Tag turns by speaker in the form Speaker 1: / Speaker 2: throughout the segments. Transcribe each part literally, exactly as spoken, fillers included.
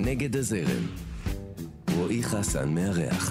Speaker 1: נגד הזרם. רועי חסן מארח.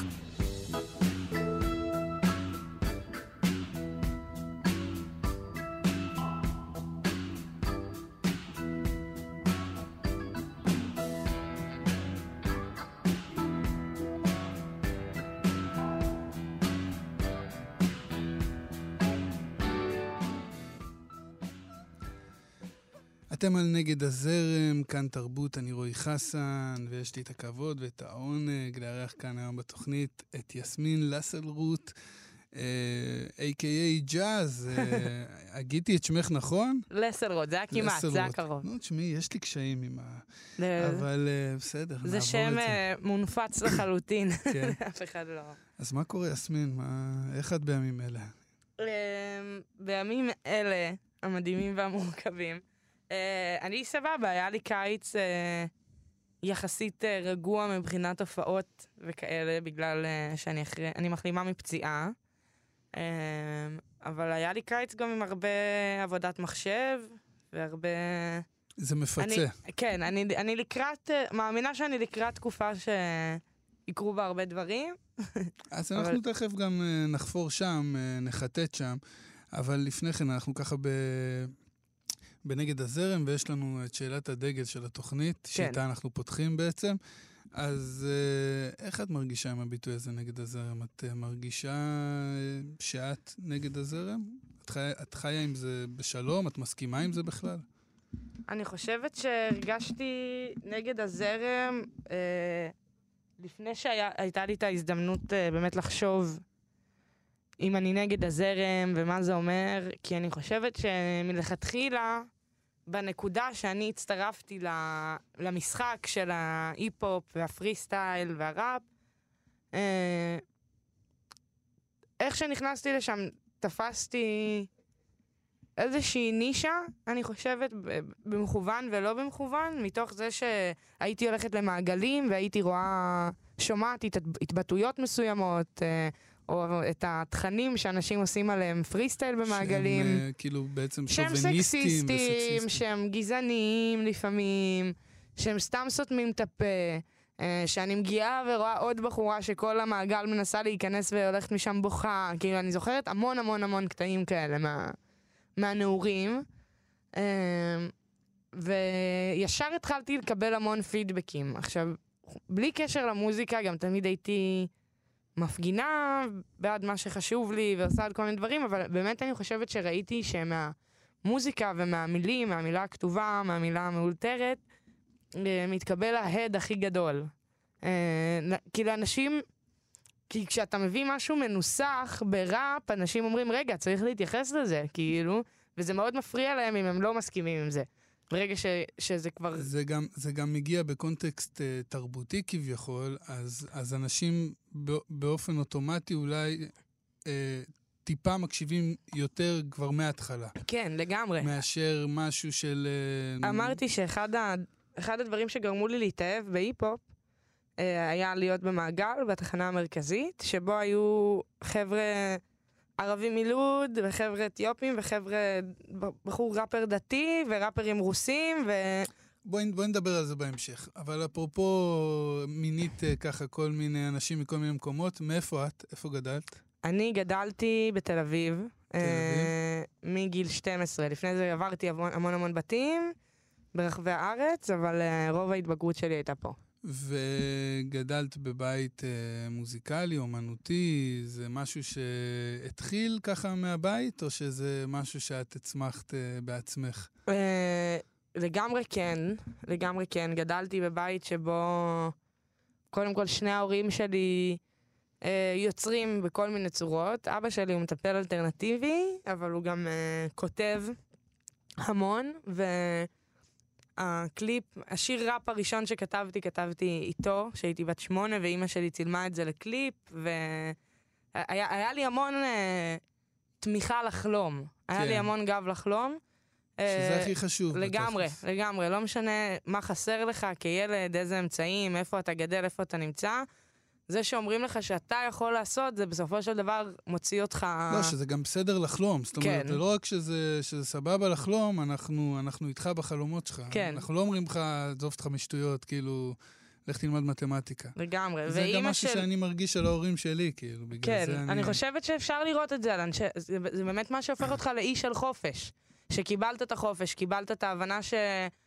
Speaker 2: אתם על נגד הזרם, כאן תרבות, אני רועי חסן, ויש לי את הכבוד ואת העונג לארח כאן היום בתוכנית את יסמין לסלרוט, איי קיי איי ג'אז. הגיתי את שמך נכון?
Speaker 3: לסלרוט, זה היה כמעט, זה היה קרוב.
Speaker 2: נו, תשמעי, יש לי קשיים עם ה... אבל בסדר, נעבור את זה.
Speaker 3: זה שם מונפץ לחלוטין, אף אחד לא.
Speaker 2: אז מה קורה, יסמין? איך את בימים אלה?
Speaker 3: בימים אלה, המדהימים והמורכבים, Uh, אני סבבה, היה לי קיץ uh, יחסית uh, רגוע מבחינת הופעות וכאלה, בגלל uh, שאני אחרי, אני מחלימה מפציעה, uh, אבל היה לי קיץ גם עם הרבה עבודת מחשב, והרבה...
Speaker 2: זה מפצה.
Speaker 3: אני, כן, אני, אני לקראת, מאמינה שאני לקראת תקופה שיקרו בה הרבה דברים.
Speaker 2: אז אנחנו אבל... תכף גם uh, נחפור שם, uh, נחטט שם, אבל לפני כן אנחנו ככה ב... בנגד הזרם, ויש לנו את שאלת הדגל של התוכנית, כן. שאיתה אנחנו פותחים בעצם. אז איך את מרגישה עם הביטוי הזה נגד הזרם? את מרגישה שאת נגד הזרם? את חיה, את חיה עם זה בשלום? את מסכימה עם זה בכלל?
Speaker 3: אני חושבת שהרגשתי נגד הזרם, אה, לפני שהייתה לי את ההזדמנות אה, באמת לחשוב אם אני נגד הזרם ומה זה אומר, כי אני חושבת שמלכתחילה, בנקודה שאני הצטרפתי למשחק של ההיפ-הופ והפרי סטייל והראפ, איך שנכנסתי לשם תפסתי איזושהי נישה, אני חושבת, במכוון ולא במכוון, מתוך זה שהייתי הולכת למעגלים והייתי רואה, שומעת התבטאויות מסוימות, או את התכנים שאנשים עושים עליהם פרי סטייל במעגלים.
Speaker 2: שהם כאילו בעצם
Speaker 3: שהם
Speaker 2: שוביניסטים.
Speaker 3: שהם סקסיסטים, שהם גזעניים לפעמים, שהם סתם סותמים את הפה, שאני מגיעה ורואה עוד בחורה שכל המעגל מנסה להיכנס והולכת משם בוכה. כאילו אני זוכרת המון המון המון קטעים כאלה מה, מהנעורים. וישר התחלתי לקבל המון פידבקים. עכשיו, בלי קשר למוזיקה, גם תמיד הייתי... מפגינה בעד מה שחשוב לי ועושה עוד כל מיני דברים, אבל באמת אני חושבת שראיתי שמהמוזיקה ומהמילים, מהמילה הכתובה, מהמילה המאולתרת, מתקבל ההד הכי גדול. כי לאנשים, כי כשאתה מביא משהו מנוסח בראפ, אנשים אומרים, רגע, צריך להתייחס לזה, כאילו, וזה מאוד מפריע להם אם הם לא מסכימים עם זה. ברגע ש, שזה כבר...
Speaker 2: זה גם, זה גם מגיע בקונטקסט uh, תרבותי כביכול, אז, אז אנשים באופן אוטומטי אולי uh, טיפה מקשיבים יותר כבר מההתחלה.
Speaker 3: כן, לגמרי.
Speaker 2: מאשר משהו של... Uh,
Speaker 3: אמרתי שאחד ה, אחד הדברים שגרמו לי להתאהב בהיפ-הופ, uh, היה להיות במעגל בתחנה המרכזית, שבו היו חבר'ה... ערבים מלוד, וחבר'ה אתיופים, וחבר'ה, בחור ראפר דתי, וראפרים רוסים, ו...
Speaker 2: בואי, בואי נדבר על זה בהמשך. אבל אפרופו מינית ככה כל מיני אנשים מכל מיני מקומות, מאיפה את? איפה גדלת?
Speaker 3: אני גדלתי בתל אביב.
Speaker 2: תל אביב?
Speaker 3: אה, מגיל שתים עשרה. לפני זה עברתי המון המון, המון בתים ברחבי הארץ, אבל אה, רוב ההתבגרות שלי הייתה פה.
Speaker 2: וגדלת בבית אה, מוזיקלי, אומנותי, זה משהו שהתחיל ככה מהבית, או שזה משהו שאת הצמחת אה, בעצמך?
Speaker 3: אה, לגמרי כן, לגמרי כן. גדלתי בבית שבו, קודם כל שני ההורים שלי אה, יוצרים בכל מיני צורות. אבא שלי הוא מטפל אלטרנטיבי, אבל הוא גם אה, כותב המון, ו... הקליפ, השיר ראפ הראשון שכתבתי, כתבתי איתו, שהייתי בת שמונה, ואימא שלי צילמה את זה לקליפ, והיה היה לי המון uh, תמיכה לחלום. כן. היה לי המון גב לחלום.
Speaker 2: שזה uh, הכי חשוב.
Speaker 3: לגמרי,
Speaker 2: בתכף.
Speaker 3: לגמרי. לא משנה מה חסר לך כילד, איזה אמצעים, איפה אתה גדל, איפה אתה נמצא. זה שאומרים לך שאתה יכול לעשות, זה בסופו של דבר מוציא אותך...
Speaker 2: לא, שזה גם בסדר לחלום. זאת אומרת, כן. לא רק שזה, שזה סבבה לחלום, אנחנו, אנחנו איתך בחלומות שלך.
Speaker 3: כן.
Speaker 2: אנחנו לא אומרים לך, עזוב אותך משטויות, כאילו, לך תלמד מתמטיקה.
Speaker 3: לגמרי.
Speaker 2: זה גם משהו של... שאני מרגיש על ההורים שלי, כאילו, בגלל
Speaker 3: כן,
Speaker 2: זה אני...
Speaker 3: אני חושבת שאפשר לראות את זה על אנשי... זה, זה באמת מה שהופך אותך לאיש של חופש. שקיבלת את החופש, קיבלת את ההבנה ש...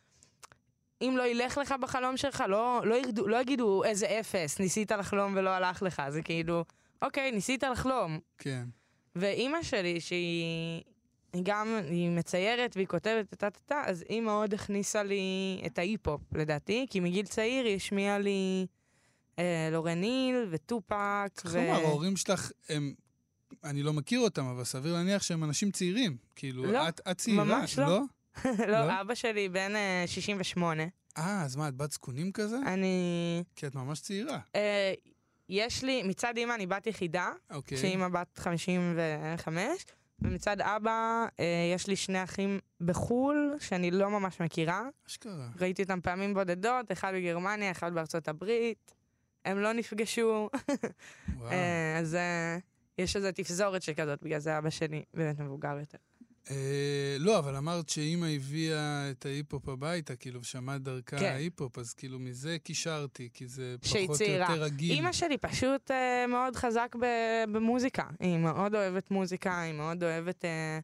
Speaker 3: אם לא ילך לך בחלום שלך, לא, לא, ירדו, לא יגידו איזה אפס, ניסית לחלום ולא הלך לך. זה כאילו, אוקיי, ניסית לחלום.
Speaker 2: כן.
Speaker 3: ואימא שלי, שהיא גם, היא מציירת והיא כותבת את הטטה, אז היא מאוד הכניסה לי את ההיפ-הופ, לדעתי, כי מגיל צעיר היא השמיעה לי אה, לורניל וטופק.
Speaker 2: צריך לומר, ההורים שלך הם... אני לא מכיר אותם, אבל סביר להניח שהם אנשים צעירים. כאילו,
Speaker 3: לא,
Speaker 2: את, את צעירה,
Speaker 3: ממש לא.
Speaker 2: לא?
Speaker 3: לא, אבא שלי בן uh, שישים ושמונה.
Speaker 2: אה, אז מה, את בת זקונים כזה?
Speaker 3: אני...
Speaker 2: כי את ממש צעירה.
Speaker 3: Uh, יש לי, מצד אמא אני בת יחידה,
Speaker 2: אוקיי.
Speaker 3: שאמא בת חמישים וחמש, ומצד אבא uh, יש לי שני אחים בחול, שאני לא ממש מכירה.
Speaker 2: אשכרה.
Speaker 3: ראיתי אותם פעמים בודדות, אחד בגרמניה, אחד בארצות הברית. הם לא נפגשו.
Speaker 2: וואו.
Speaker 3: uh, אז uh, יש איזו תפזורת שכזאת, בגלל זה אבא שלי באמת מבוגר יותר.
Speaker 2: אה, לא, אבל אמרת שאמא הביאה את ההיפ-הופ הביתה, כאילו, שמעת דרכה
Speaker 3: כן.
Speaker 2: ההיפ-הופ, אז כאילו מזה קישרתי, כי זה
Speaker 3: שהיא
Speaker 2: פחות או
Speaker 3: צעירה.
Speaker 2: יותר רגיל.
Speaker 3: אמא שלי פשוט אה, מאוד חזק ב- במוזיקה. היא מאוד אוהבת מוזיקה, היא מאוד אוהבת אה,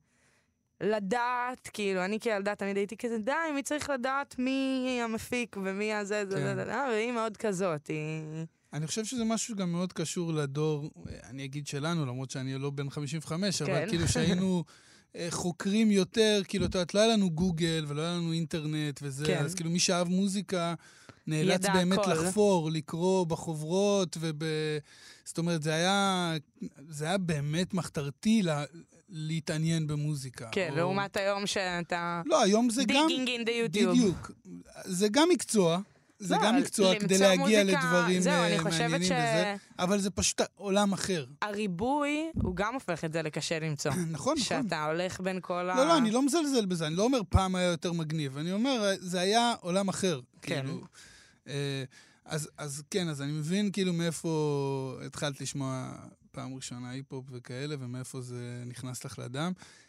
Speaker 3: לדעת, כאילו, אני כילדה תמיד הייתי כזה, די, מי צריך לדעת מי המפיק ומי הזה, זה,
Speaker 2: כן.
Speaker 3: זה, זה, והיא מאוד כזאת, היא...
Speaker 2: אני חושב שזה משהו גם מאוד קשור לדור, אני אגיד שלנו, למרות שאני לא בן חמישים וחמש,
Speaker 3: כן.
Speaker 2: אבל כאילו שהיינו חוקרים יותר, כאילו, אתה יודעת, לא היה לנו גוגל ולא היה לנו אינטרנט וזה,
Speaker 3: כן.
Speaker 2: אז כאילו מי שאהב מוזיקה נאלץ
Speaker 3: ידע
Speaker 2: באמת
Speaker 3: הכל.
Speaker 2: לחפור, לקרוא בחוברות, וב... זאת אומרת, זה היה, זה היה באמת מחתרתי לה... להתעניין במוזיקה.
Speaker 3: כן,
Speaker 2: או...
Speaker 3: לעומת היום שאתה...
Speaker 2: לא, היום זה גם...
Speaker 3: digging in the YouTube.
Speaker 2: בדיוק. זה גם מקצוע. זה
Speaker 3: לא,
Speaker 2: גם מקצוע כדי להגיע
Speaker 3: מוזיקה,
Speaker 2: לדברים
Speaker 3: זהו,
Speaker 2: מעניינים
Speaker 3: אני חושבת ש...
Speaker 2: וזה, אבל זה פשוט עולם אחר.
Speaker 3: הריבוי, הוא גם הופך את זה לקשה למצוא.
Speaker 2: נכון, נכון.
Speaker 3: שאתה הולך בין כל ה...
Speaker 2: לא, לא, אני לא מזלזל בזה, אני לא אומר פעם היה יותר מגניב, אני אומר, זה היה עולם אחר.
Speaker 3: כן.
Speaker 2: כאילו, אה, אז, אז כן, אז אני מבין כאילו מאיפה התחלת לשמוע פעם ראשונה היפ-הופ וכאלה, ומאיפה זה נכנס לך לדם,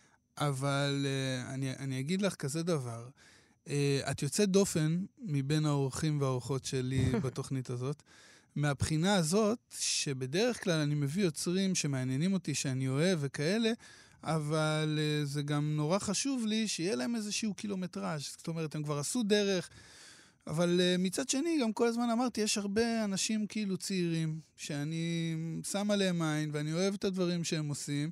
Speaker 2: אבל אה, אני, אני אגיד לך כזה דבר, אה, את יוצאת דופן מבין האורחים והאורחות שלי בתוכנית הזאת, מהבחינה הזאת, שבדרך כלל אני מביא יוצרים שמעניינים אותי, שאני אוהב וכאלה, אבל uh, זה גם נורא חשוב לי שיהיה להם איזשהו קילומטראז'. זאת אומרת, הם כבר עשו דרך, אבל uh, מצד שני, גם כל הזמן אמרתי, יש הרבה אנשים כאילו צעירים, שאני שם עליהם עין, ואני אוהב את הדברים שהם עושים,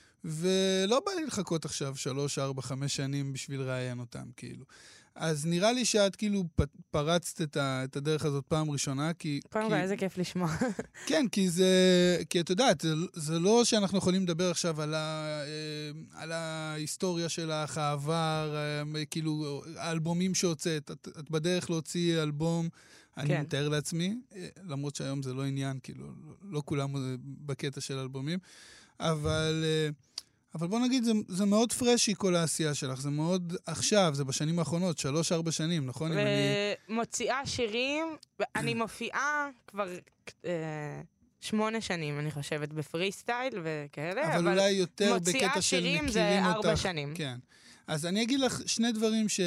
Speaker 2: ולא בא לי לחכות עכשיו שלוש, ארבע, חמש שנים בשביל ראיין אותם, כאילו. אז נראה לי שאת כאילו פרצת את, ה, את הדרך הזאת פעם ראשונה, כי...
Speaker 3: פעם
Speaker 2: כי...
Speaker 3: איזה כיף לשמוע.
Speaker 2: כן, כי זה... כי את יודעת, זה, זה לא שאנחנו יכולים לדבר עכשיו על, ה, על ההיסטוריה שלך, העבר, כאילו, האלבומים שהוצאת. את, את בדרך להוציא אלבום, אני
Speaker 3: כן.
Speaker 2: מתאר לעצמי, למרות שהיום זה לא עניין, כאילו, לא כולם בקטע של אלבומים, אבל... אבל בוא נגיד, זה, זה מאוד פרשי כל העשייה שלך, זה מאוד עכשיו, זה בשנים האחרונות, שלוש, ארבע שנים, נכון?
Speaker 3: ומוציאה שירים, אני מופיעה כבר אה, שמונה שנים, אני חושבת, בפרי סטייל וכאלה,
Speaker 2: אבל, אבל אולי יותר בקטע של מכירים אותך.
Speaker 3: מוציאה שירים זה ארבע שנים.
Speaker 2: כן. אז אני אגיד לך שני דברים ש...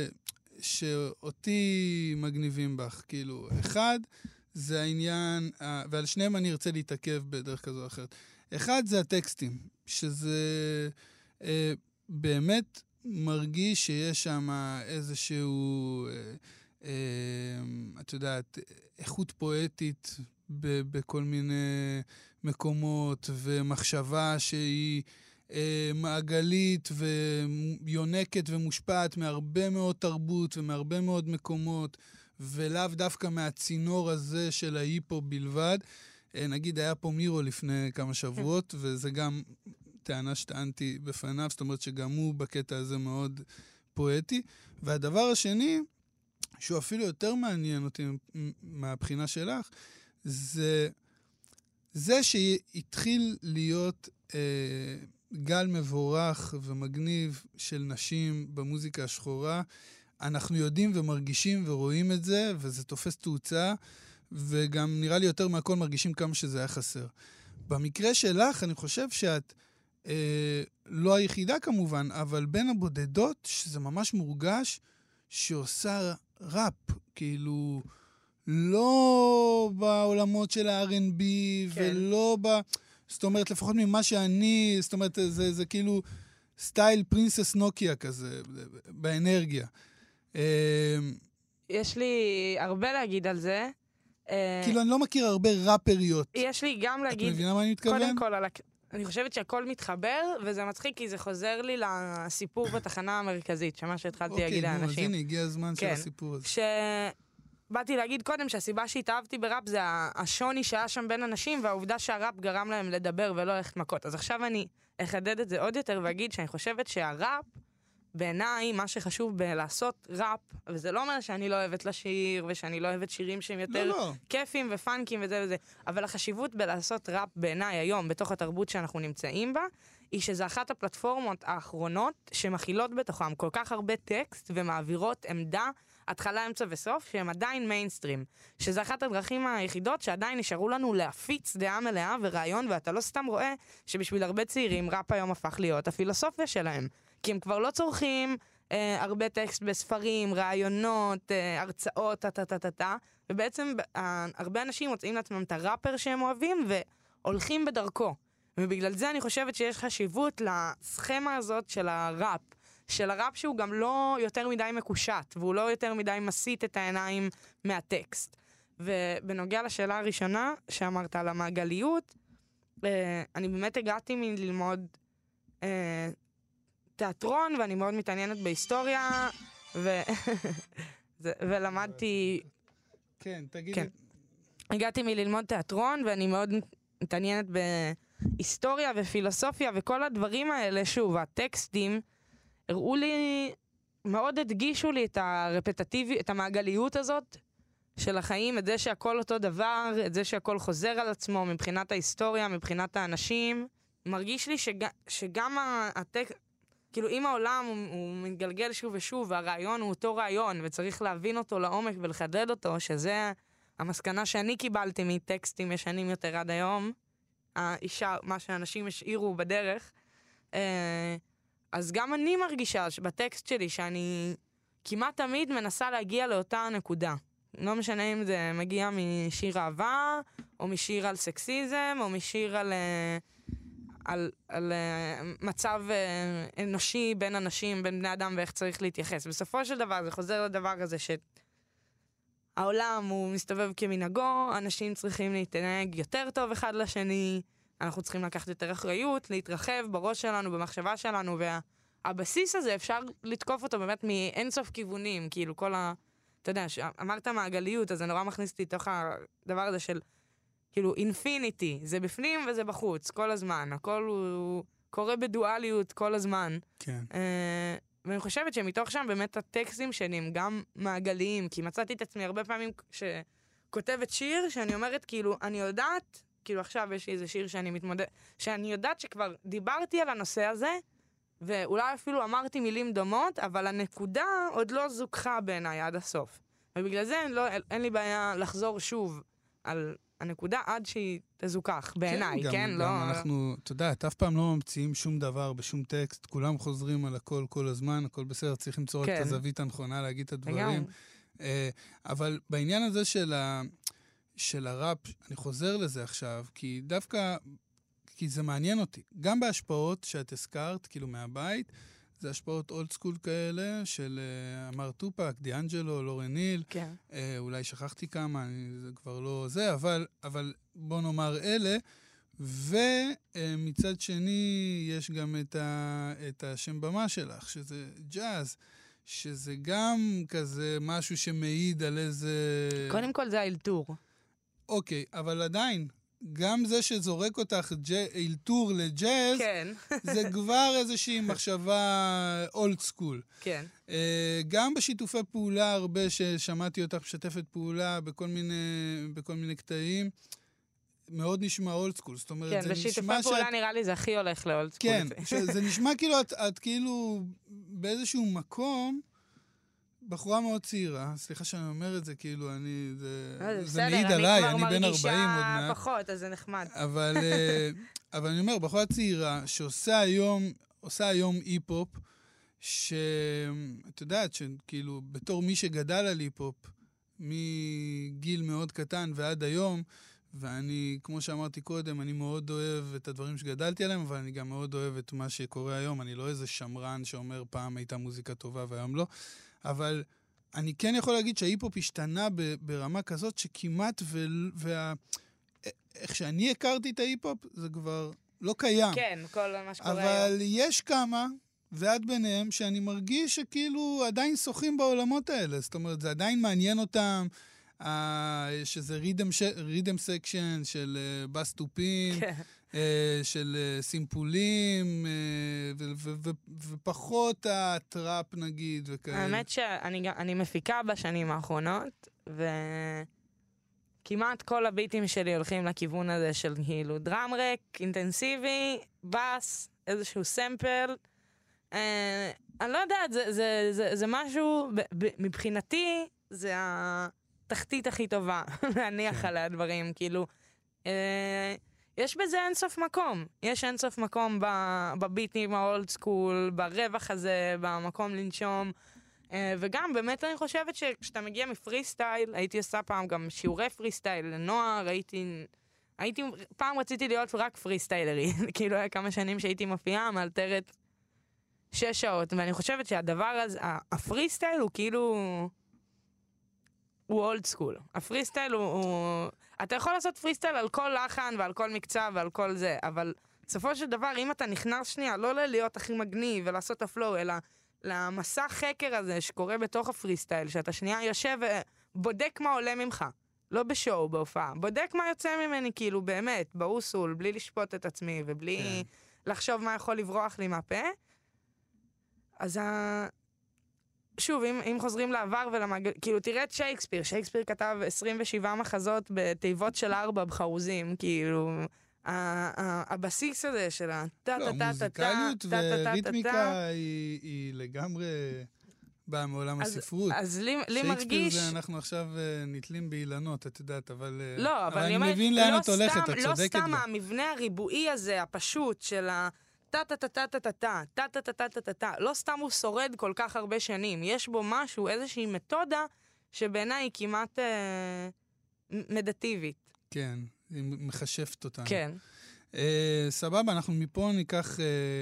Speaker 2: שאותי מגניבים בך, כאילו, אחד, זה העניין, ועל שניהם אני ארצה להתעכב בדרך כזו או אחרת. אחד זה הטקסטים, שזה אה, באמת מרגיש שיש שם איזשהו, אה, אה, את יודעת, איכות פואטית ב- בכל מיני מקומות, ומחשבה שהיא אה, מעגלית ויונקת ומושפעת מהרבה מאוד תרבות ומהרבה מאוד מקומות, ולאו דווקא מהצינור הזה של ההיפו בלבד. נגיד, היה פה מירו לפני כמה שבועות, וזה גם טענה שטענתי בפניו, זאת אומרת שגם הוא בקטע הזה מאוד פואטי. והדבר השני, שהוא אפילו יותר מעניין אותי מהבחינה שלך, זה זה שהתחיל להיות אה, גל מבורך ומגניב של נשים במוזיקה השחורה. אנחנו יודעים ומרגישים ורואים את זה, וזה תופס תאוצה, וגם נראה לי יותר מהכל מרגישים כמה שזה היה חסר. במקרה שלך, אני חושב שאת אה, לא היחידה כמובן, אבל בין הבודדות, שזה ממש מורגש, שעושה ראפ, כאילו, לא בעולמות של ה-אר אנד בי, כן. ולא ב... זאת אומרת, לפחות ממה שאני, זאת אומרת, זה, זה כאילו סטייל פרינסס נוקיה כזה, באנרגיה.
Speaker 3: יש לי הרבה להגיד על זה.
Speaker 2: כאילו, אני לא מכיר הרבה ראפריות.
Speaker 3: יש לי גם להגיד...
Speaker 2: את מבינה מה אני מתכוון?
Speaker 3: קודם כל, על... אני חושבת שהכל מתחבר, וזה מצחיק, כי זה חוזר לי לסיפור בתחנה המרכזית, שמה שהתחלתי להגיד לאנשים.
Speaker 2: אוקיי, נו, אז הנה, הגיע הזמן של הסיפור הזה.
Speaker 3: באתי להגיד קודם שהסיבה שהתאהבתי בראפ זה השוני שהיה שם בין אנשים, והעובדה שהראפ גרם להם לדבר ולא ללכת מכות. אז עכשיו אני אחדד את זה עוד יותר ואגיד שאני חושבת שהראפ, בעיניי, מה שחשוב בלעשות ראפ, וזה לא אומר שאני לא אוהבת לשיר, ושאני לא אוהבת שירים שהם יותר
Speaker 2: לא, לא.
Speaker 3: כיפים ופאנקים וזה וזה, אבל החשיבות בלעשות ראפ בעיניי היום, בתוך התרבות שאנחנו נמצאים בה, היא שזה אחת הפלטפורמות האחרונות שמכילות בתוכם כל כך הרבה טקסט ומעבירות עמדה, התחלה, אמצע וסוף, שהם עדיין מיינסטרים. שזה אחת הדרכים היחידות שעדיין נשארו לנו להפיץ דעה מלאה ורעיון, ואתה לא סתם רואה שבשביל הרבה צעירים ראפ היום הפך להיות הפילוסופיה שלהם. כי הם כבר לא צורכים אה, הרבה טקסט בספרים, רעיונות, אה, הרצאות, טה-טה-טה-טה, ובעצם אה, הרבה אנשים מוצאים לעצמם את הראפר שהם אוהבים והולכים בדרכו. ובגלל זה אני חושבת שיש חשיבות לסכמה הזאת של הראפ. של הראפ שהוא גם לא יותר מדי מקושט, והוא לא יותר מדי מסית את העיניים מהטקסט. ובנוגע לשאלה הראשונה שאמרת על המעגליות, אה, אני באמת הגעתי מללמוד אה, תיאטרון, ואני מאוד מתעניינת בהיסטוריה, ו... זה, ולמדתי...
Speaker 2: כן, תגידי...
Speaker 3: כן. הגעתי מללמוד תיאטרון, ואני מאוד מתעניינת בהיסטוריה ופילוסופיה, וכל הדברים האלה, שוב, הטקסטים, הראו לי, מאוד הדגישו לי את הרפטטיבי, את המעגליות הזאת של החיים, את זה שהכל אותו דבר, את זה שהכל חוזר על עצמו מבחינת ההיסטוריה, מבחינת האנשים. מרגיש לי שג, שגם הטקסט, כאילו אם העולם הוא, הוא מתגלגל שוב ושוב, והרעיון הוא אותו רעיון, וצריך להבין אותו לעומק ולחדד אותו, שזה המסקנה שאני קיבלתי מטקסטים ישנים יותר עד היום, האישה, מה שאנשים השאירו בדרך, אה, אז גם אני מרגישה בטקסט שלי שאני כמעט תמיד מנסה להגיע לאותה נקודה. לא משנה אם זה מגיע משיר אהבה, או משיר על סקסיזם, או משיר על, על, על מצב אנושי בין אנשים, בין בני אדם ואיך צריך להתייחס. בסופו של דבר זה חוזר לדבר הזה שהעולם הוא מסתובב כמנהגו, אנשים צריכים להתנהג יותר טוב אחד לשני, אנחנו צריכים לקחת יותר אחריות, להתרחב בראש שלנו, במחשבה שלנו, והבסיס הזה אפשר לתקוף אותו באמת מאינסוף כיוונים, כאילו כל ה... אתה יודע, אמרת מעגליות, אז זה נורא מכניס אותי תוך הדבר הזה של, כאילו, אינפיניטי, זה בפנים וזה בחוץ, כל הזמן, הכל הוא קורה בדואליות כל הזמן.
Speaker 2: כן.
Speaker 3: אה, ואני חושבת שמתוך שם באמת הטקסטים שלי הם גם מעגליים, כי מצאתי את עצמי הרבה פעמים שכותבת שיר, שאני אומרת, כאילו, אני יודעת, כאילו עכשיו יש לי איזה שיר שאני מתמודד, שאני יודעת שכבר דיברתי על הנושא הזה, ואולי אפילו אמרתי מילים דומות, אבל הנקודה עוד לא זוכחה בעיניי עד הסוף. ובגלל זה אין, לא, אין לי בעיה לחזור שוב על הנקודה עד שהיא תזוכח, בעיניי, כן? כן?
Speaker 2: גם,
Speaker 3: לא...
Speaker 2: גם אנחנו, אתה יודע, אף פעם לא ממציאים שום דבר בשום טקסט, כולם חוזרים על הכל כל הזמן, הכל בסדר, צריך למצוא כן. את הזווית הנכונה להגיד את הדברים. Uh, אבל בעניין הזה של ה... של הראפ, אני חוזר לזה עכשיו, כי דווקא, כי זה מעניין אותי. גם בהשפעות שאת הזכרת, כאילו מהבית, זה השפעות אולד סקול כאלה, של uh, אמר טופק, דיאנג'לו, לורן ניל,
Speaker 3: כן.
Speaker 2: uh, אולי שכחתי כמה, אני, זה כבר לא זה, אבל, אבל בוא נאמר אלה, ומצד uh, שני, יש גם את, ה, את השם במה שלך, שזה ג'אז, שזה גם כזה משהו שמעיד על איזה...
Speaker 3: קודם כל זה האלתור.
Speaker 2: אוקיי, אבל עדיין, גם זה שזורק אותך אלתור לג'אז,
Speaker 3: כן.
Speaker 2: זה כבר איזושהי מחשבה אולד סקול.
Speaker 3: כן.
Speaker 2: Uh, גם בשיתופי פעולה הרבה ששמעתי אותך משתפת פעולה בכל מיני, בכל מיני קטעים, מאוד נשמע אולד סקול. זאת אומרת,
Speaker 3: כן,
Speaker 2: זה נשמע
Speaker 3: בשיתופי פעולה שאת... נראה לי זה הכי הולך לאולד סקול.
Speaker 2: כן, זה נשמע כאילו את, את כאילו באיזשהו מקום, בחורה מאוד צעירה, סליחה שאני אומר את זה, כאילו אני, זה, זה מעיד עליי, אני בן ארבעים עוד מעט.
Speaker 3: אני כבר מרגישה פחות, אז זה נחמד.
Speaker 2: אבל, אבל אני אומר, בחורה צעירה שעושה היום, עושה היום אי-פופ, שאת יודעת, שכאילו בתור מי שגדל על אי-פופ, מגיל מאוד קטן ועד היום, ואני, כמו שאמרתי קודם, אני מאוד אוהב את הדברים שגדלתי עליהם, אבל אני גם מאוד אוהב את מה שקורה היום. אני לא איזה שמרן שאומר פעם הייתה מוזיקה טובה והיום לא, אבל אני כן יכול להגיד שההיפ-הופ השתנה ברמה כזאת שכמעט, וה... איך שאני הכרתי את ההיפ-הופ, זה כבר לא קיים.
Speaker 3: כן, כל מה שקורה היום.
Speaker 2: אבל יש כמה, ועד ביניהם, שאני מרגיש שכאילו עדיין שוחים בעולמות האלה. זאת אומרת, זה עדיין מעניין אותם, שזה רידם סקשן של בס טופים, של סימפולים, ופחות הטראפ נגיד וכאלה.
Speaker 3: האמת שאני מפיקה בשנים האחרונות, וכמעט כל הביטים שלי הולכים לכיוון הזה של כאילו דראם רק, אינטנסיבי, בס, איזשהו סמפל. אני לא יודעת, זה משהו, מבחינתי זה התחתית הכי טובה להניח על הדברים, כאילו, יש בזה אינסוף מקום, יש אינסוף מקום בביטים האולד סקול, ברווח הזה, במקום לנשום, וגם באמת אני חושבת שכשאתה מגיע מפרי סטייל, הייתי עושה פעם גם שיעורי פרי סטייל לנוער, הייתי, הייתי, פעם רציתי להיות רק פרי סטיילרי, כאילו היה כמה שנים שהייתי מופיעה, מאלתרת שש שעות, ואני חושבת שהדבר הזה, הפרי סטייל הוא כאילו, הוא אולד סקול. הפרי סטייל הוא, הוא, אתה יכול לעשות פרי סטייל על כל לחן ועל כל מקצוע ועל כל זה, אבל בסופו של דבר, אם אתה נכנס שנייה, לא להיות הכי מגניב ולעשות הפלואו, אלא למסע חקר הזה שקורה בתוך הפרי סטייל, שאתה שנייה יושב ובודק מה עולה ממך, לא בשואו, בהופעה, בודק מה יוצא ממני כאילו באמת, באוסול, בלי לשפוט את עצמי ובלי לחשוב מה יכול לברוח לי מהפה. אז ה... שוב, אם, אם חוזרים לעבר ולמעגל, כאילו תראה את שייקספיר, שייקספיר כתב עשרים ושבע מחזות בתיבות של ארבע בחרוזים, כאילו, הבסיס הזה של הטה טה טה טה טה
Speaker 2: מוזיקליות וריתמיקה היא לגמרי באה מעולם הספרות.
Speaker 3: אז לי מרגיש...
Speaker 2: שייקספיר זה אנחנו עכשיו נתלים באילנות, את יודעת, אבל
Speaker 3: אני
Speaker 2: מבין לאן את הולכת, את צודקת.
Speaker 3: לא סתם המבנה הריבועי הזה, הפשוט של ה... טה-טה-טה-טה-טה-טה, טה-טה-טה-טה-טה-טה, לא סתם הוא שורד כל כך הרבה שנים, יש בו משהו, איזושהי מתודה, שבעיניי היא כמעט אה, מדטיבית.
Speaker 2: כן, היא מחשבת אותנו.
Speaker 3: כן.
Speaker 2: אה, סבבה, אנחנו מפה ניקח אה,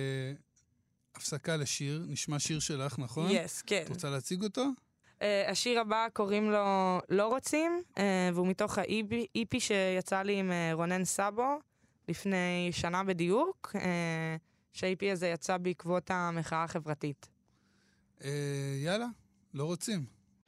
Speaker 2: הפסקה לשיר, נשמע שיר שלך, נכון?
Speaker 3: יס, כן.
Speaker 2: את רוצה להציג אותו?
Speaker 3: אה, השיר הבא קוראים לו לא רוצים, אה, והוא מתוך ה-אי פי שיצא לי עם אה, רונן סאבו, לפני שנה בדיוק, אה, שה-אי פי הזה יצא בעקבות המחאה החברתית.
Speaker 2: אה, יאללה, לא רוצים.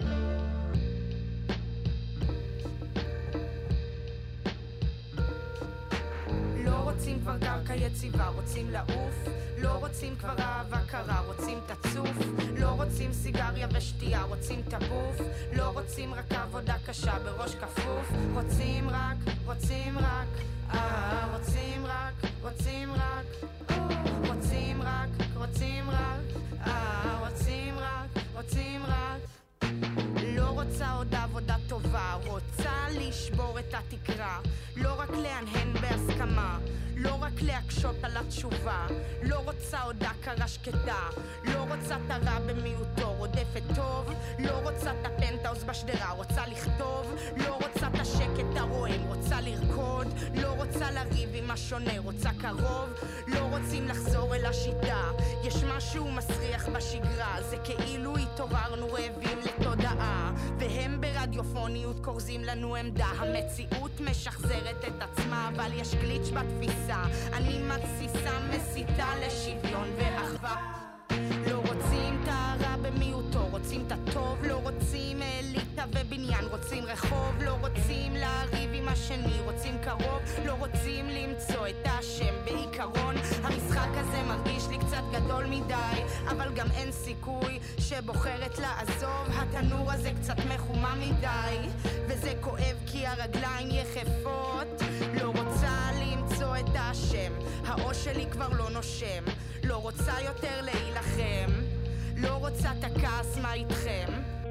Speaker 4: לא רוצים כבר קרקע יציבה, רוצים לעוף, לא רוצים כבר אהבה קרה, רוצים תצוף, לא רוצים סיגריה ושתייה, רוצים טבוף, לא רוצים רק עבודה קשה בראש כפוף, רוצים רק, רוצים רק, אה, רוצים רק, רוצים רק, רוצים רק, רוצים רק, אה, רוצים רק, רוצים רק. לא רוצה עוד עבודה טובה, רוצה לשבור את התקרה, לא רק להנהן בהסכמה, לא רק להקשות על התשובה, לא רוצה עוד הכרה שקטה, לא רוצה את הרע במיעוטו, רודפת טוב, לא רוצה את הפנטאוס בשדרה, רוצה לכתוב, לא רוצה את השקט הרועם, רוצה לרקוד, לא רוצה לריב עם השונה, רוצה קרוב, לא רוצים לחזור אל השיטה, יש משהו מסריח בשגרה, זה כאילו התעוררנו רעבים לתודעה, והם ברדיופוניות קורזים לנו עמדה, המציאות משחזרת את עצמה, אבל יש גליץ' בתפיסה, אני מתסיסה מסיתה לשוויון ואחווה. לא רוצים את הרע במיעוטו, רוצים את הטוב, לא רוצים אליטה ובניין, רוצים רחוב, לא רוצים להריב עם השני, רוצים קרוב, לא רוצים למצוא את השם בעיקרון. המשחק הזה מרגיש לי קצת גדול מדי, אבל גם אין סיכוי שבוחרת לעזוב, התנור הזה קצת מחומה מדי, וזה כואב כי הרגליים יחפות, לא רוצה למצוא את השם, האוש שלי כבר לא נושם, לא רוצה יותר להילחם, לא רוצה את הכעס מה איתכם,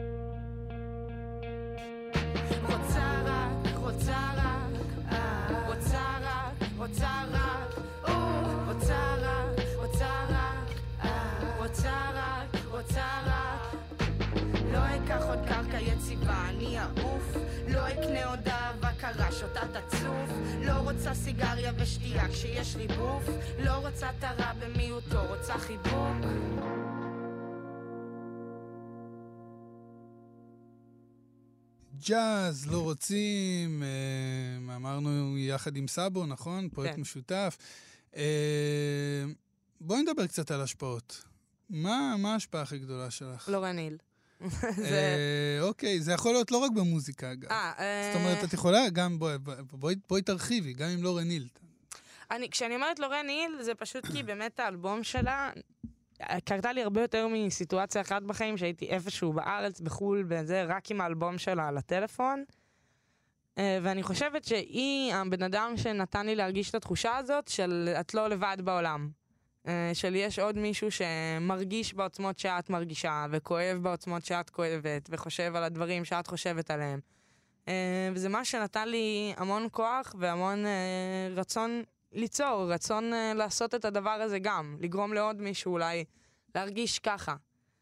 Speaker 4: רוצה רק, רוצה רק, רוצה רק, רוצה רק, רוצה רק, רוצה רק, רוצה רק, רוצה רק, לא אקח עוד קרקע יציבה, אני אעוף לא אקנה עוד אהבה קרה, שותה תצוף. לא רוצה סיגריה ושתייה כשיש לי בוף. לא רוצה את הרע במיעוטו, רוצה חיבוק.
Speaker 2: ג'אז, לא רוצים, אה, אמרנו יחד עם סאבו, נכון? פרויקט
Speaker 3: כן.
Speaker 2: משותף. אה, בואי נדבר קצת על השפעות. מה, מה ההשפעה הכי גדולה שלך?
Speaker 3: לורן היל.
Speaker 2: אה, אוקיי, זה יכול להיות לא רק במוזיקה, אגב.
Speaker 3: אה, אה...
Speaker 2: זאת אומרת, את יכולה גם, בואי, בואי, בואי תרחיבי, גם עם לורן היל.
Speaker 3: אני, כשאני אומרת לורן היל, זה פשוט כי באמת האלבום שלה קרתה לי הרבה יותר מסיטואציה אחת בחיים, שהייתי איפשהו בארץ, בחול, וזה, רק עם האלבום שלה על הטלפון. ואני חושבת שהיא הבן אדם שנתן לי להרגיש את התחושה הזאת של את לא לבד בעולם. של יש עוד מישהו שמרגיש בעוצמות שאת מרגישה, וכואב בעוצמות שאת כואבת, וחושב על הדברים שאת חושבת עליהם. וזה מה שנתן לי המון כוח והמון רצון ליצור, רצון לעשות את הדבר הזה גם, לגרום לעוד מישהו אולי להרגיש ככה.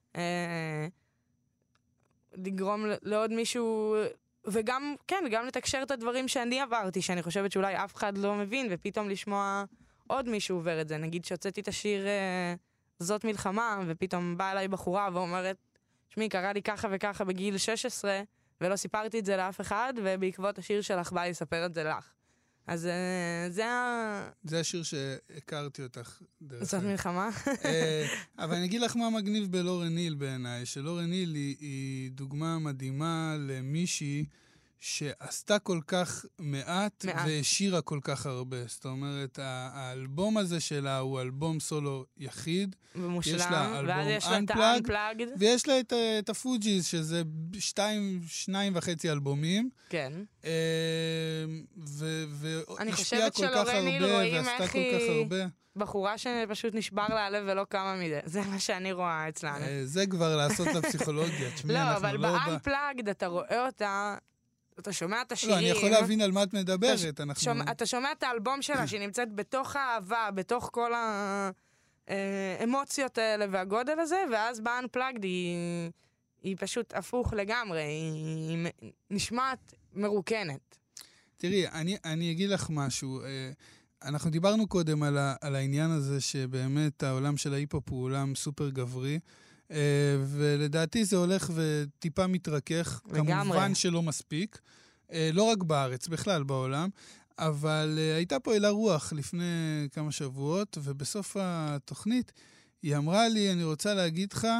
Speaker 3: לגרום לעוד מישהו, וגם, כן, גם לתקשר את הדברים שאני עברתי, שאני חושבת שאולי אף אחד לא מבין, ופתאום לשמוע עוד מישהו עובר את זה. נגיד שהוצאתי את השיר זאת מלחמה, ופתאום באה אליי בחורה ואומרת, שמי, קרה לי ככה וככה בגיל שש עשרה, ולא סיפרתי את זה לאף אחד, ובעקבות השיר שלך בא לי לספר את זה לך. אז זה ה...
Speaker 2: זה השיר שהכרתי אותך דרך...
Speaker 3: זאת מלחמה?
Speaker 2: אבל אני אגיד לך מה מגניב בלורן היל בעיניי, שלורן היל היא דוגמה מדהימה למישהי שעשתה כל כך מעט, מעט. והשירה כל כך הרבה. זאת אומרת, האלבום הזה שלה הוא אלבום סולו יחיד.
Speaker 3: ומושלם,
Speaker 2: יש לה אלבום
Speaker 3: ואז יש לה את ה-Unplugged.
Speaker 2: ויש לה את, את הפוג'יז, שזה שתיים, שניים וחצי אלבומים.
Speaker 3: כן.
Speaker 2: והשפיעה כל כך הרבה, ועשתה כל כך הרבה.
Speaker 3: בחורה שפשוט נשבר לה הלב ולא קמה מזה. זה מה שאני רואה אצלנו.
Speaker 2: זה כבר לעשות לפסיכולוגיה.
Speaker 3: לא, אבל ב-Unplugged אתה רואה אותה, אתה שומע את השירים.
Speaker 2: לא, אני יכול להבין על מה את מדברת.
Speaker 3: אתה שומע את האלבום שלה, שהיא נמצאת בתוך האהבה, בתוך כל האמוציות האלה והגודל הזה, ואז ב-Unplugged היא פשוט הפוך לגמרי, היא נשמעת מרוקנת.
Speaker 2: תראי, אני אגיד לך משהו. אנחנו דיברנו קודם על העניין הזה שבאמת העולם של ההיפ-הופ הוא עולם סופר גברי, ולדעתי זה הולך וטיפה מתרכך, כמובן שלא מספיק, לא רק בארץ, בכלל בעולם, אבל הייתה פה אלה רוח לפני כמה שבועות, ובסוף התוכנית היא אמרה לי, אני רוצה להגיד לך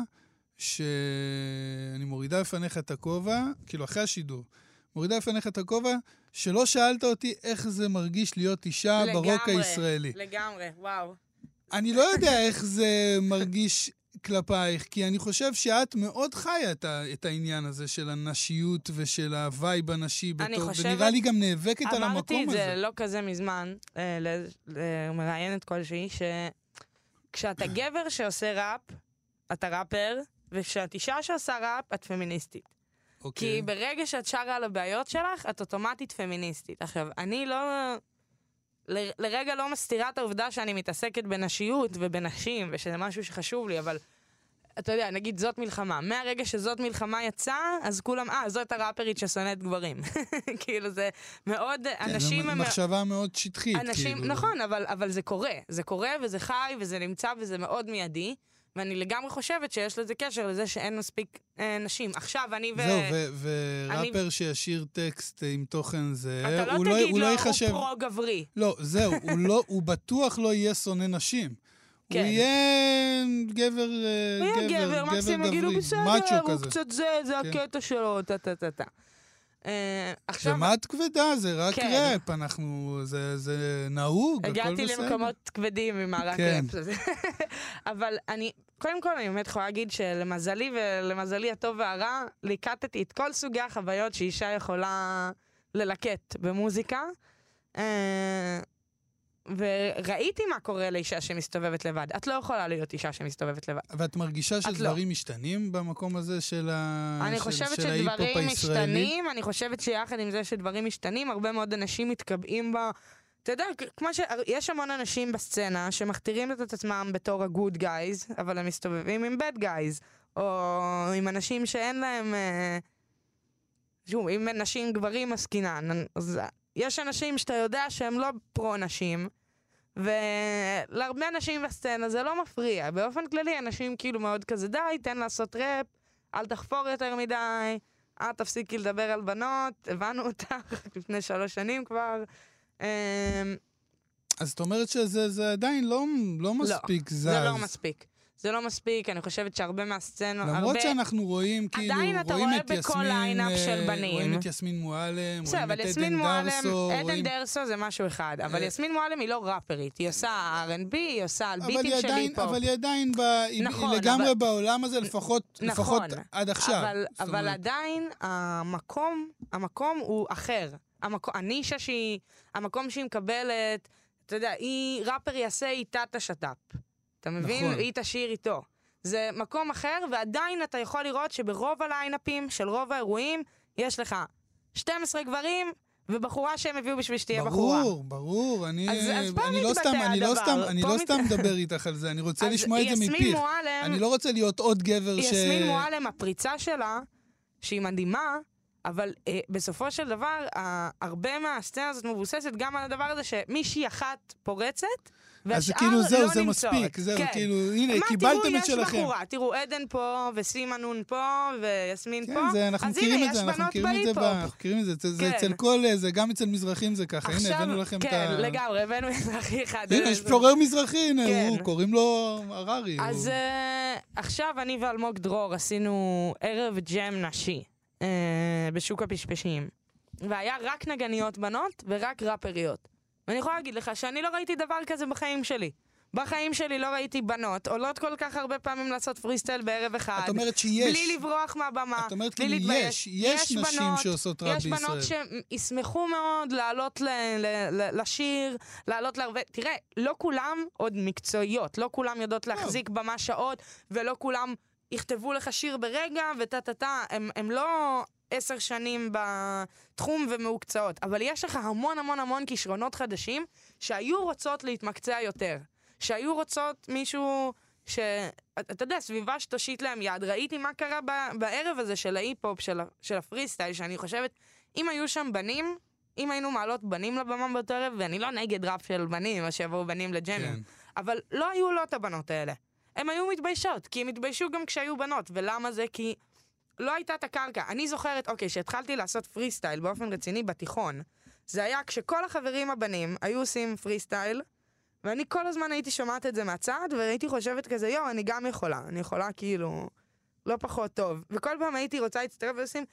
Speaker 2: שאני מורידה לפניך את הכובע, כאילו אחרי השידור, מורידה לפניך את הכובע, שלא שאלת אותי איך זה מרגיש להיות אישה לגמרי, ברוק הישראלי.
Speaker 3: לגמרי, וואו.
Speaker 2: אני לא יודע איך זה מרגיש כלפייך, כי אני חושב שאת מאוד חיה את, ה, את העניין הזה של הנשיות ושל הווייב הנשי, בתור, חושבת, ונראה לי גם נאבקת על המקום הזה.
Speaker 3: אמרתי את זה לא כזה מזמן, אה, למראיינת כלשהי, שכשאתה גבר שעושה ראפ, אתה ראפר, וכשאת אישה שעושה ראפ, את פמיניסטית. Okay. כי ברגע שאת שרה על הבעיות שלך, את אוטומטית פמיניסטית. עכשיו, אני לא... ל... לרגע לא מסתירה את העובדה שאני מתעסקת בנשיות ובנשים, ושזה משהו שחשוב לי, אבל אתה יודע, נגיד זאת מלחמה. מהרגע שזאת מלחמה יצאה, אז כולם, אה, זאת הראפרית ששונאת גברים. כאילו זה מאוד... כן, אנשים...
Speaker 2: זו מחשבה מאוד שטחית.
Speaker 3: אנשים,
Speaker 2: כאילו.
Speaker 3: נכון, אבל, אבל זה קורה. זה קורה וזה חי וזה נמצא וזה מאוד מיידי. ואני לגמרי חושבת שיש לזה קשר לזה שאין מספיק אה, נשים. עכשיו אני ו...
Speaker 2: זהו, וראפר אני... שישיר טקסט עם תוכן זה...
Speaker 3: אתה לא תגיד לו, הוא חשב... פרו-גברי.
Speaker 2: לא, זהו, הוא, לא, הוא בטוח לא יהיה שונא נשים. כן. הוא יהיה גבר,
Speaker 3: הוא יהיה גבר, גבר, גבר מקסימום יגידו בסדר, הוא כזה. קצת זה, זה כן. הקטע שלו, טה-טה-טה. Uh, עכשיו...
Speaker 2: שמעת כבדה, זה רק כן. ראפ, אנחנו, זה, זה נהוג, הכל בסדר.
Speaker 3: הגעתי למקומות כבדים עם הרק כן. ראפ. אבל אני, קודם כל אני באמת יכולה להגיד שלמזלי ולמזלי הטוב והרע, ליקטתי את כל סוגי החוויות שאישה יכולה ללקט במוזיקה, uh, וראיתי מה קורה לאישה שמסתובבת לבד. את לא יכולה להיות אישה שמסתובבת לבד.
Speaker 2: ואת מרגישה שדברים לא. משתנים במקום הזה של ההיפ-הופ הישראלי?
Speaker 3: אני חושבת שדברים משתנים, אני חושבת שיחד עם זה שדברים משתנים, הרבה מאוד אנשים מתקבעים בה. אתה יודע, כמו שיש המון אנשים בסצנה שמכתירים את עצמם בתור ה-good guys, אבל הם מסתובבים עם bad guys, או עם אנשים שאין להם... שוב, אם נשים גברים עסקינן, אז יש אנשים שאתה יודע שהם לא פרו-נשים, ולהרבה אנשים בסצנה זה לא מפריע. באופן כללי, אנשים כאילו מאוד כזה, די, תן לעשות ראפ, אל תחפור יותר מדי, אל תפסיקי לדבר על בנות, הבנו אותך לפני שלוש שנים כבר.
Speaker 2: אז זאת אומרת שזה זה עדיין לא, לא מספיק
Speaker 3: לא,
Speaker 2: זז.
Speaker 3: זה לא מספיק. זה לא מספיק, אני חושבת שהרבה מהסצנות,
Speaker 2: למרות הרבה... שאנחנו רואים, כאילו, רואים את יסמין, רואים את יסמין מועלם, רואים את עדן דרסו.
Speaker 3: עדן דרסו זה משהו אחד, אבל יסמין מועלם היא לא ראפרית, היא עושה אר אנד בי, היא עושה על ביטים של היפ-הופ.
Speaker 2: אבל היא עדיין, היא לגמרי בעולם הזה, לפחות עד עכשיו.
Speaker 3: אבל עדיין, המקום, המקום הוא אחר. הנישה שהיא, המקום שהיא מקבלת, אתה יודע, היא ראפר יעשה איתה את השטאפ. אתה מבין? נכון. היא תשאיר איתו. זה מקום אחר, ועדיין אתה יכול לראות שברוב הליינאפים של רוב האירועים, יש לך שנים עשר גברים, ובחורה שהם הביאו בשביל שתהיה
Speaker 2: ברור,
Speaker 3: בחורה.
Speaker 2: ברור, ברור. אני,
Speaker 3: אז, אז
Speaker 2: אני לא סתם, אני לא סתם, אני לא סתם מדבר איתך על זה, אני רוצה לשמוע את זה מפיך. מועלם, אני לא רוצה להיות עוד גבר ש...
Speaker 3: יסמין מועלם, הפריצה שלה, שהיא מדהימה, אבל אה, בסופו של דבר, אה, הרבה מהסצנה הזאת מבוססת גם על הדבר הזה שמישהי אחת פורצת,
Speaker 2: אז כאילו זהו, זה מספיק, זהו, כאילו, הנה, קיבלתם את שלכם.
Speaker 3: מה, תראו, יש בחורה, תראו, עדן פה, וסימנון פה, ויסמין פה,
Speaker 2: כן, אנחנו מכירים את זה, אנחנו מכירים את זה, אנחנו מכירים את זה, זה אצל כל, זה גם אצל מזרחים זה ככה, הנה, הבאנו לכם את ה...
Speaker 3: כן, לגמרי, הבאנו מזרחי אחד.
Speaker 2: הנה, יש פלורר מזרחי, הנה, הוא, קוראים לו הררי.
Speaker 3: אז עכשיו אני ואלמוג דרור עשינו ערב ג'ם נשי, בשוק הפשפשים, והיה רק נגניות בנות ורק ראפריות. ואני יכולה להגיד לך שאני לא ראיתי דבר כזה בחיים שלי. בחיים שלי לא ראיתי בנות, עולות כל כך הרבה פעמים לעשות פריסטייל בערב אחד.
Speaker 2: את אומרת שיש.
Speaker 3: בלי לברוח מהבמה.
Speaker 2: את אומרת כאילו יש, יש נשים בנות, שעושות רב בישראל.
Speaker 3: יש בנות שישמחו מאוד לעלות ל, ל, ל, לשיר, לעלות להרבה... תראה, לא כולם עוד מקצועיות, לא כולם יודעות להחזיק במה שעות, ולא כולם יכתבו לך שיר ברגע, וטה-טה-טה, הם, הם לא... עשר שנים בתחום ומוקצעות, אבל יש לך המון המון המון כישרונות חדשים שהיו רוצות להתמקצע יותר, שהיו רוצות מישהו ש... אתה יודע, סביבה שתושיט להם יד. ראיתי מה קרה ב... בערב הזה של ההיפ-הופ, של, של הפריסטייל, שאני חושבת, אם היו שם בנים, אם היינו מעלות בנים לבמה באותו ערב, ואני לא נגד ראפ של בנים, או שיבואו בנים לג'מים, כן. אבל לא היו לא את הבנות האלה. הם היו מתביישות, כי הם התביישו גם כשהיו בנות, ולמה זה? כי לא הייתה את הקרקע. אני זוכרת, אוקיי, שהתחלתי לעשות פריסטייל באופן רציני בתיכון, זה היה כשכל החברים הבנים היו עושים פריסטייל, ואני כל הזמן הייתי שומעת את זה מהצד, והייתי חושבת כזה, יו, אני גם יכולה, אני יכולה כאילו לא פחות טוב. וכל פעם הייתי רוצה להצטרף ועושים,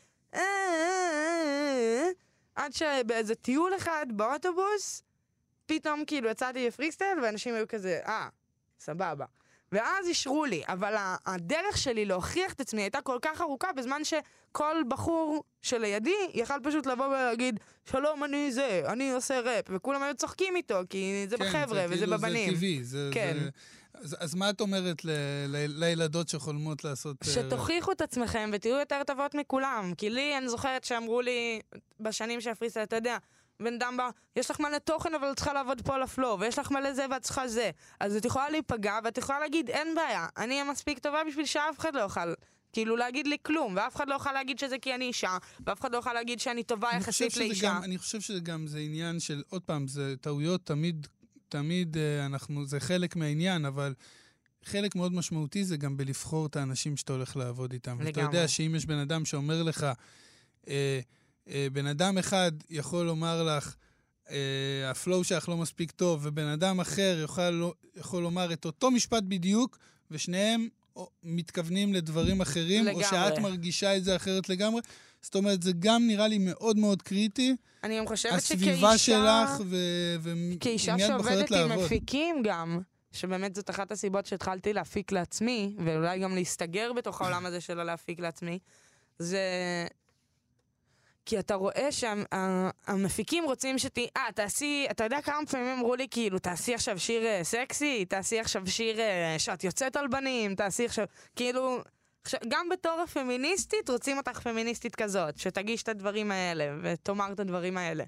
Speaker 3: עד שבאיזה טיול אחד באוטובוס, פתאום כאילו יצאתי לפריסטייל, ואנשים היו כזה, אה, סבבה. ואז אישרו לי, אבל הדרך שלי להוכיח את עצמי הייתה כל כך ארוכה, בזמן שכל בחור שלידי יכל פשוט לבוא ולהגיד, שלום, אני זה, אני עושה ראפ, וכולם היו צוחקים איתו, כי זה כן, בחבר'ה וזה כאילו בבנים.
Speaker 2: זה טבעי, זה... כן. זה... אז, אז מה את אומרת ל, ל, לילדות שחולמות לעשות...
Speaker 3: שתוכיחו את עצמכם ותהיו יותר טובות מכולם, כי לי, אני זוכרת שאמרו לי בשנים שהפריסה, אתה יודע, בן אדם בא, יש לך מלא תוכן, אבל את צריכה לעבוד פה על הפלואו, ויש לך מלא זה ואת צריכה זה. אז את יכולה להיפגע, ואת יכולה להגיד, אין בעיה, אני אהיה מספיק טובה בשביל שאף אחד לא יוכל, כאילו להגיד לי כלום, ואף אחד לא יוכל להגיד שזה כי אני אישה, ואף אחד לא יוכל להגיד שאני טובה יחסית לאישה.
Speaker 2: גם, אני חושב שזה גם, זה עניין של, עוד פעם, זה טעויות, תמיד, תמיד אנחנו, זה חלק מהעניין, אבל חלק מאוד משמעותי זה גם בלבחור את האנשים שאתה הולך לעבוד איתם. לגמרי. ואתה יודע שאם יש בן אדם שאומר לך, אה, בן אדם אחד יכול לומר לך, הפלואו שלך לא מספיק טוב, ובן אדם אחר יכול, יכול לומר את אותו משפט בדיוק, ושניהם מתכוונים לדברים אחרים, לגמרי. או שאת מרגישה את זה אחרת לגמרי. זאת אומרת, זה גם נראה לי מאוד מאוד קריטי.
Speaker 3: אני גם חושבת
Speaker 2: הסביבה שלך,
Speaker 3: כאישה שעובדת עם מפיקים גם, שבאמת זאת אחת הסיבות שהתחלתי להפיק לעצמי, ואולי גם להסתגר בתוך העולם הזה שלא להפיק לעצמי, זה... כי אתה רואה שהמפיקים רוצים שתי... אה, תעשי... אתה יודע כמה פעמים אמרו לי, כאילו, תעשי עכשיו שיר סקסי, תעשי עכשיו שיר שאת יוצאת על בנים, תעשי עכשיו... כאילו... גם בתור הפמיניסטית, רוצים אותך פמיניסטית כזאת, שתגיש את הדברים האלה, ותאמר את הדברים האלה.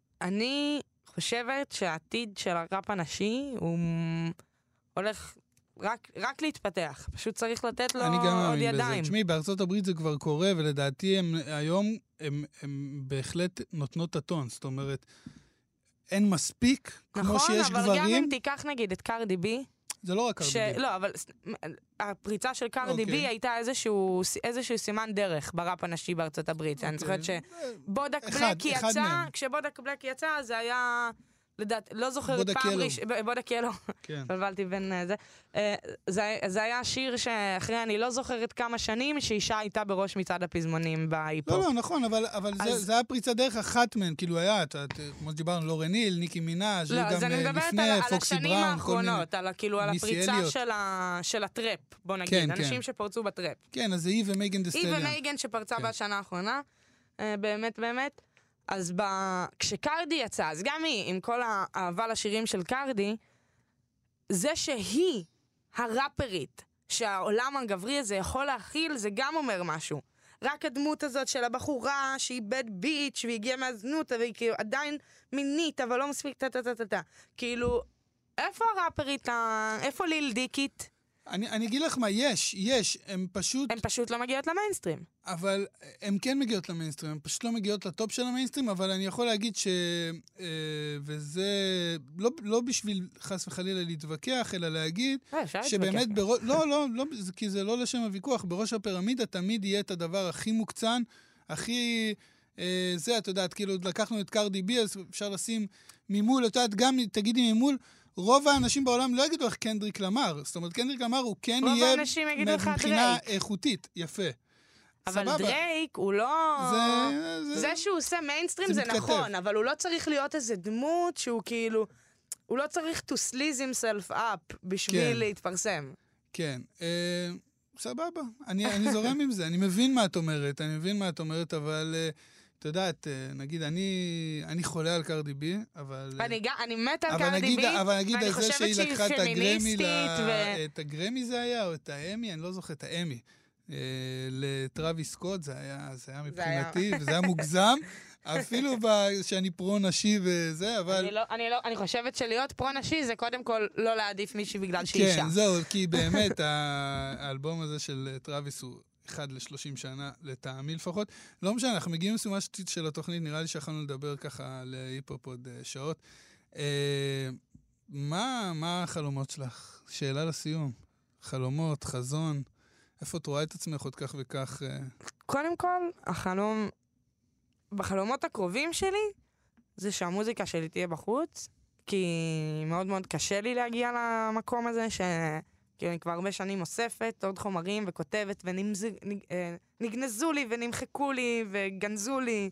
Speaker 3: אני חושבת שהעתיד של הראפ הנשי, הוא הולך רק, רק להתפתח. פשוט צריך לתת לו
Speaker 2: אני גם
Speaker 3: עוד
Speaker 2: מאמין
Speaker 3: ידיים.
Speaker 2: בזה. תשמעי, בארצות הברית זה כבר קורה, ולדעתי הם היום, הם, הם בהחלט נותנות את הטון. זאת אומרת, אין מספיק,
Speaker 3: נכון,
Speaker 2: כמו שיש
Speaker 3: אבל
Speaker 2: גברים.
Speaker 3: גם אם תיקח נגיד את קרדי בי,
Speaker 2: זה לא רק קרדי
Speaker 3: ש...
Speaker 2: בי.
Speaker 3: לא, אבל הפריצה של קרדי
Speaker 2: אוקיי.
Speaker 3: בי הייתה איזשהו, איזשהו סימן דרך בראפ הנשי בארצות הברית. אני זוכרת שבודק
Speaker 2: אחד-
Speaker 3: בלק
Speaker 2: אחד
Speaker 3: יצא,
Speaker 2: מהם.
Speaker 3: כשבודק בלק יצא, זה היה, לדעת, לא זוכרת
Speaker 2: בודק
Speaker 3: פעם
Speaker 2: ילו.
Speaker 3: ראש... בודק ילו.
Speaker 2: כן.
Speaker 3: בלבלתי בין אה, זה. אה, זה. זה היה שיר שאחרי, אני לא זוכרת כמה שנים, שאישה הייתה בראש מצעד הפזמונים בהיפ-הופ.
Speaker 2: לא, לא, נכון, אבל, אבל
Speaker 3: אז-
Speaker 2: זה, זה היה פריצה דרך אחת מהן, כאילו היה, את, את, כמו שדיברנו, לורן היל, ניקי מינאז',
Speaker 3: לא, אז
Speaker 2: גם
Speaker 3: אני
Speaker 2: אה,
Speaker 3: מדברת
Speaker 2: לפני
Speaker 3: על, על
Speaker 2: פוקסי
Speaker 3: השנים
Speaker 2: בראון, כל מיני.
Speaker 3: האחרונות, על, ה- כאילו, על
Speaker 2: מיסי
Speaker 3: הפריצה
Speaker 2: אליוט.
Speaker 3: של, ה, של הטראפ, בוא נגיד,
Speaker 2: כן,
Speaker 3: אנשים
Speaker 2: כן.
Speaker 3: שפרצו בטראפ.
Speaker 2: כן, אז זה היא ומייגן דה
Speaker 3: היא
Speaker 2: סטליאן.
Speaker 3: ומייגן שפרצה
Speaker 2: כן.
Speaker 3: בשנה האחרונה, אה, באמת באמת. אז ב... כשקרדי יצא, אז גם היא, עם כל האהבה לשירים של קרדי, זה שהיא הראפרית, שהעולם הגברי הזה יכול להכיל, זה גם אומר משהו. רק הדמות הזאת של הבחורה שהיא בד ביץ' והיא הגיעה מהזנות, והיא כאילו עדיין מינית, אבל לא מספיק טה-טה-טה-טה. כאילו, איפה הראפרית, ה- איפה ליל דיקית?
Speaker 2: אני, אני אגיד לך מה, יש, יש, הם פשוט,
Speaker 3: הן פשוט לא מגיעות למיינסטרים.
Speaker 2: אבל הם כן מגיעות למיינסטרים, הם פשוט לא מגיעות לטופ של המיינסטרים, אבל אני יכול להגיד ש... אה, וזה לא, לא בשביל חס וחלילה להתווכח, אלא להגיד
Speaker 3: אה, אפשר
Speaker 2: שבאמת
Speaker 3: להתווכח.
Speaker 2: בראש... לא, לא, לא, זה- כי זה לא לשם הוויכוח, בראש הפירמידה תמיד יהיה את הדבר הכי מוקצן, הכי... אה, זה, את יודעת, כאילו, לקחנו את קרדי בי, אז אפשר לשים ממול, את יודעת, גם תגידי ממול, רוב האנשים בעולם לא יגידו איך קנדריק למר. זאת אומרת, קנדריק למר הוא כן
Speaker 3: רוב
Speaker 2: יהיה
Speaker 3: האנשים יגידו לך
Speaker 2: מבחינה
Speaker 3: דרייק.
Speaker 2: איכותית. יפה.
Speaker 3: אבל
Speaker 2: סבבה.
Speaker 3: דרייק הוא לא...
Speaker 2: זה... זה...
Speaker 3: זה שהוא עושה מיינסטרים
Speaker 2: זה
Speaker 3: זה
Speaker 2: מתכתב.
Speaker 3: נכון, אבל הוא לא צריך להיות איזה דמות שהוא כאילו... הוא לא צריך to sleaze himself up בשביל
Speaker 2: כן.
Speaker 3: להתפרסם.
Speaker 2: כן. אה, סבבה. אני, אני זורם עם זה. אני מבין מה את אומרת. אני מבין מה את אומרת, אבל... אה, את יודעת, אה, נגיד, אני, אני חולה על קרדי בי, אבל... אה,
Speaker 3: אני, גם- אני מת על
Speaker 2: אבל
Speaker 3: קרדי
Speaker 2: נגיד,
Speaker 3: בי,
Speaker 2: אבל נגיד
Speaker 3: ואני
Speaker 2: על זה
Speaker 3: חושבת
Speaker 2: שהיא
Speaker 3: שהיא
Speaker 2: לקחה את הגרמי,
Speaker 3: פמיניסטית,
Speaker 2: ל...
Speaker 3: ו-
Speaker 2: את הגרמי זה היה, או את האמי, אני לא זוכר, את האמי. אה, לטרוויס סקוט, זה היה, זה היה
Speaker 3: זה היה.
Speaker 2: מבחינתי, וזה היה מוגזם, אפילו ב- שאני פרו-נשי וזה, אבל...
Speaker 3: אני, לא, אני, לא, אני חושבת שלהיות פרו-נשי זה קודם כל לא להעדיף מישהי בגלל שהיא אישה.
Speaker 2: כן, זהו, כי באמת, ה- האלבום הזה של טרוויס הוא אחד לשלושים שנה, לטעמי לפחות. לא משנה, אנחנו מגיעים לסיומה של התוכנית, נראה לי שיכולנו לדבר ככה על היפ-הופ עוד אה, שעות. אה, מה, מה החלומות שלך? שאלה לסיום. חלומות, חזון, איפה את רואה את עצמך עוד כך וכך? אה?
Speaker 3: קודם כל, החלום, בחלומות הקרובים שלי, זה שהמוזיקה שלי תהיה בחוץ, כי מאוד מאוד קשה לי להגיע למקום הזה, ש... כי אני כבר הרבה שנים אוספת עוד חומרים וכותבת, ונגנזו לי ונמחקו לי וגנזו לי,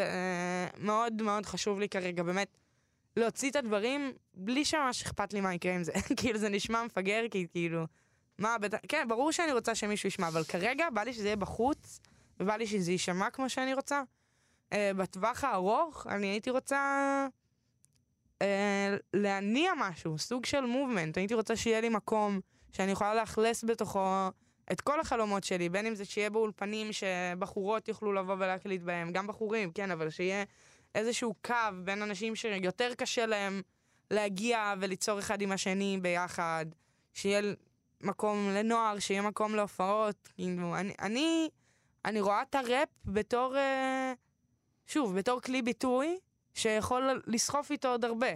Speaker 3: ומאוד מאוד חשוב לי כרגע באמת להוציא את הדברים בלי שממש אכפת לי מה יקרה עם זה. כאילו זה נשמע מפגר, כי כאילו, מה, בת... כן, ברור שאני רוצה שמישהו ישמע, אבל כרגע בא לי שזה יהיה בחוץ, ובא לי שזה יישמע כמו שאני רוצה. Uh, בטווח הארוך אני הייתי רוצה uh, להניע משהו, סוג של מובמנט. הייתי רוצה שיהיה לי מקום שאני יכולה לאכלס בתוכו את כל החלומות שלי, בין אם זה שיהיה באולפנים שבחורות יוכלו לבוא ולהקליט בהם, גם בחורים, כן, אבל שיהיה איזשהו קו בין אנשים שיותר קשה להם להגיע וליצור אחד עם השני ביחד, שיהיה מקום לנוער, שיהיה מקום להופעות. כאילו, אני, אני, אני רואה את הראפ בתור, uh, שוב, בתור כלי ביטוי שיכול לסחוף איתו עוד הרבה.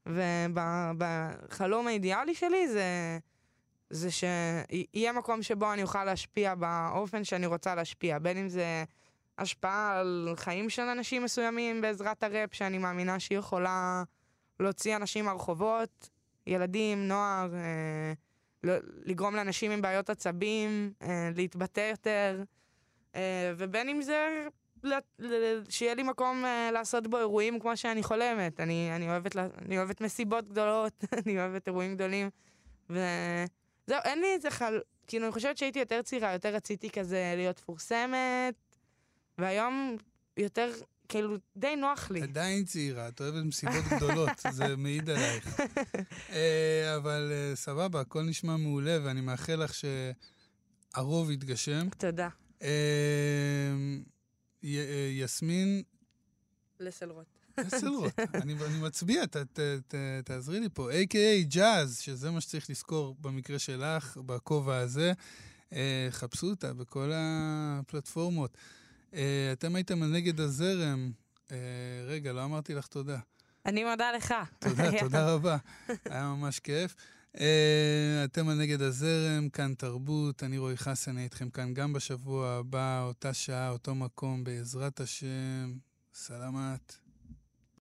Speaker 3: ובחלום האידיאלי שלי זה... זה שיהיה מקום שבו אני אוכל להשפיע באופן שאני רוצה להשפיע, בין אם זה השפעה על חיים של אנשים מסוימים בעזרת הראפ, שאני מאמינה שהיא יכולה להוציא אנשים מהרחובות, ילדים, נוער, אה, לגרום לאנשים עם בעיות עצבים, אה, להתבטא יותר, אה, ובין אם זה שיהיה לי מקום אה, לעשות בו אירועים כמו שאני חולמת. אני, אני אוהבת, אני אוהבת מסיבות גדולות, אני אוהבת אירועים גדולים, ו... זהו, אין לי איזה חל... כאילו, אני חושבת שהייתי יותר צעירה, יותר רציתי כזה להיות פורסמת, והיום יותר, כאילו, די נוח לי.
Speaker 2: עדיין צעירה, את אוהבת מסיבות גדולות, זה מעיד עלייך. אבל סבבה, הכל נשמע מעולה, ואני מאחל לך שהרוב יתגשם.
Speaker 3: תודה.
Speaker 2: יסמין...
Speaker 3: לסלרוט.
Speaker 2: בסלרות. אני מצביע, תעזרי לי פה. איי קיי איי ג'אז, שזה מה שצריך לזכור במקרה שלך, בכובע הזה. חפשו אותה בכל הפלטפורמות. אתם הייתם נגד הזרם. רגע, לא אמרתי לך תודה.
Speaker 3: אני מודה לך.
Speaker 2: תודה, תודה רבה. היה ממש כיף. אתם נגד הזרם, כאן תרבות. אני רועי חסן, אני איתכם כאן גם בשבוע הבא, אותה שעה, אותו מקום, בעזרת השם. סלמת.